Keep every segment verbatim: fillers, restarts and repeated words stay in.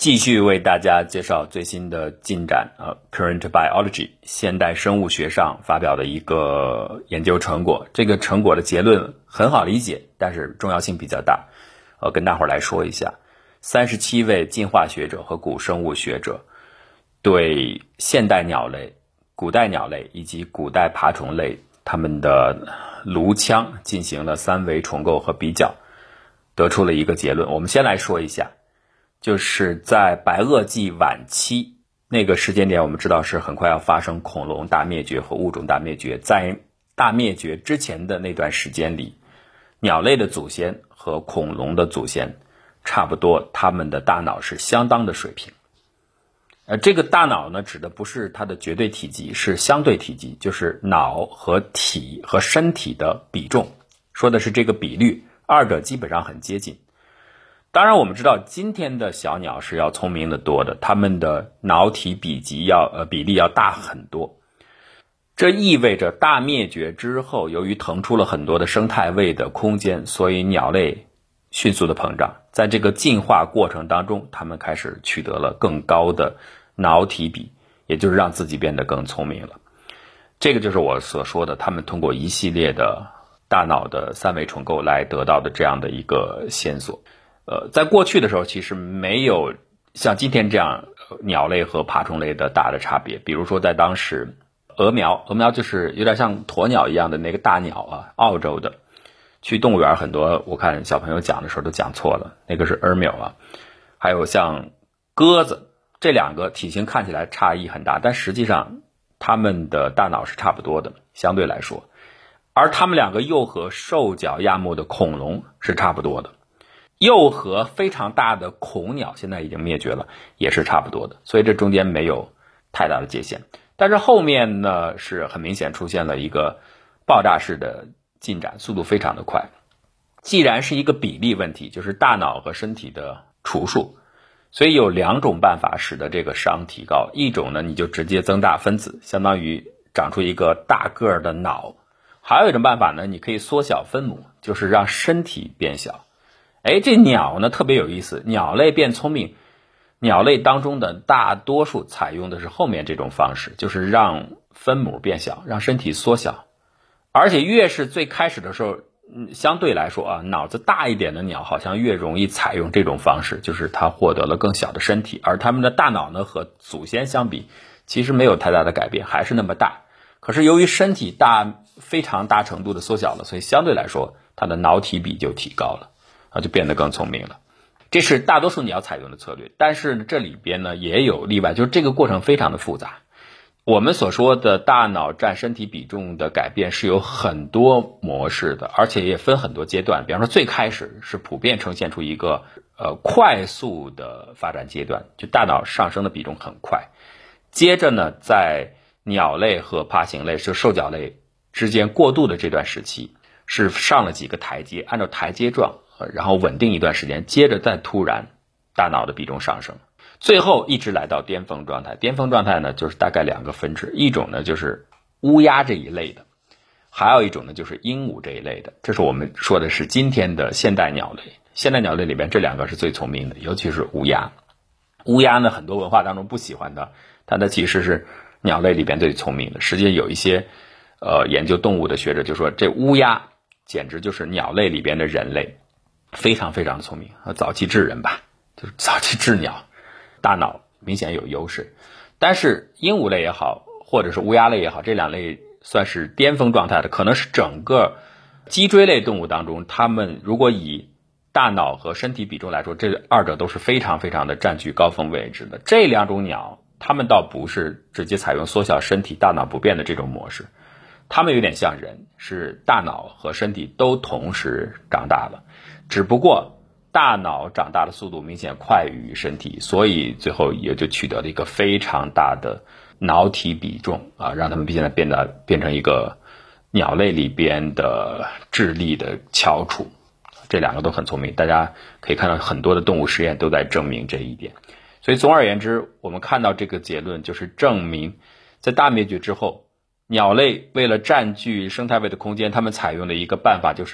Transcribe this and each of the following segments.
继续为大家介绍最新的进展啊 ，Current Biology 现代生物学上发表的一个研究成果。这个成果的结论很好理解，但是重要性比较大。我跟大伙儿来说一下，三十七位进化学者和古生物学者对现代鸟类、古代鸟类以及古代爬虫类它们的颅腔进行了三维重构和比较，得出了一个结论。我们先来说一下。就是在白垩纪晚期那个时间点，我们知道是很快要发生恐龙大灭绝和物种大灭绝。在大灭绝之前的那段时间里，鸟类的祖先和恐龙的祖先差不多，它们的大脑是相当的水平。呃，这个大脑呢，指的不是它的绝对体积，是相对体积，就是脑和体和身体的比重，说的是这个比率，二者基本上很接近。当然我们知道今天的小鸟是要聪明的多的，它们的脑体比级要呃比例要大很多。这意味着大灭绝之后，由于腾出了很多的生态位的空间，所以鸟类迅速的膨胀。在这个进化过程当中，它们开始取得了更高的脑体比，也就是让自己变得更聪明了。这个就是我所说的，它们通过一系列的大脑的三维重构来得到的这样的一个线索。呃，在过去的时候，其实没有像今天这样鸟类和爬虫类的大的差别。比如说，在当时，鹅苗，鹅苗就是有点像鸵鸟一样的那个大鸟啊，澳洲的。去动物园很多，我看小朋友讲的时候都讲错了，那个是 ermil 啊。还有像鸽子，这两个体型看起来差异很大，但实际上它们的大脑是差不多的，相对来说。而它们两个又和兽脚亚目的恐龙是差不多的。又和非常大的恐鸟现在已经灭绝了，也是差不多的，所以这中间没有太大的界限。但是后面呢，是很明显出现了一个爆炸式的进展，速度非常的快。既然是一个比例问题，就是大脑和身体的除数，所以有两种办法使得这个熵提高。一种呢，你就直接增大分子，相当于长出一个大个儿的脑。还有一种办法呢，你可以缩小分母，就是让身体变小。哎，这鸟呢特别有意思，鸟类变聪明，鸟类当中的大多数采用的是后面这种方式，就是让分母变小，让身体缩小。而且越是最开始的时候，嗯，相对来说啊，脑子大一点的鸟好像越容易采用这种方式，就是它获得了更小的身体，而它们的大脑呢和祖先相比，其实没有太大的改变，还是那么大。可是由于身体大非常大程度的缩小了，所以相对来说，它的脑体比就提高了。啊，就变得更聪明了。这是大多数鸟采用的策略，但是这里边呢也有例外，就是这个过程非常的复杂。我们所说的大脑占身体比重的改变是有很多模式的，而且也分很多阶段。比方说最开始是普遍呈现出一个呃快速的发展阶段，就大脑上升的比重很快。接着呢，在鸟类和爬行类，就兽脚类之间过渡的这段时期，是上了几个台阶，按照台阶状。然后稳定一段时间，接着再突然大脑的比重上升，最后一直来到巅峰状态。巅峰状态呢，就是大概两个分支，一种呢就是乌鸦这一类的，还有一种呢就是鹦鹉这一类的。这是我们说的是今天的现代鸟类。现代鸟类里边这两个是最聪明的，尤其是乌鸦。乌鸦呢，很多文化当中不喜欢它，它的其实是鸟类里边最聪明的。实际上有一些呃研究动物的学者就说，这乌鸦简直就是鸟类里边的人类。非常非常聪明，早期智人吧，就是早期智鸟，大脑明显有优势。但是鹦鹉类也好，或者是乌鸦类也好，这两类算是巅峰状态的，可能是整个脊椎类动物当中，它们如果以大脑和身体比重来说，这二者都是非常非常的占据高峰位置的。这两种鸟，它们倒不是直接采用缩小身体、大脑不变的这种模式，它们有点像人，是大脑和身体都同时长大了。只不过大脑长大的速度明显快于身体，所以最后也就取得了一个非常大的脑体比重啊，让他们现在变得变成一个鸟类里边的智力的翘楚。这两个都很聪明，大家可以看到很多的动物实验都在证明这一点。所以总而言之，我们看到这个结论就是证明，在大灭绝之后，鸟类为了占据生态位的空间，他们采用的一个办法就是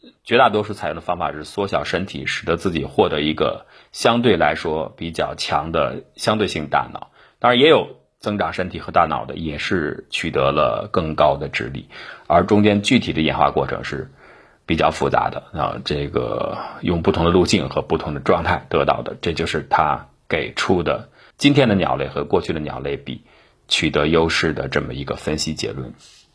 绝大多数采用的方法是缩小身体，使得自己获得一个相对来说比较强的相对性大脑。当然也有增长身体和大脑的，也是取得了更高的智力，而中间具体的演化过程是比较复杂的啊，这个用不同的路径和不同的状态得到的，这就是他给出的今天的鸟类和过去的鸟类比取得优势的这么一个分析结论。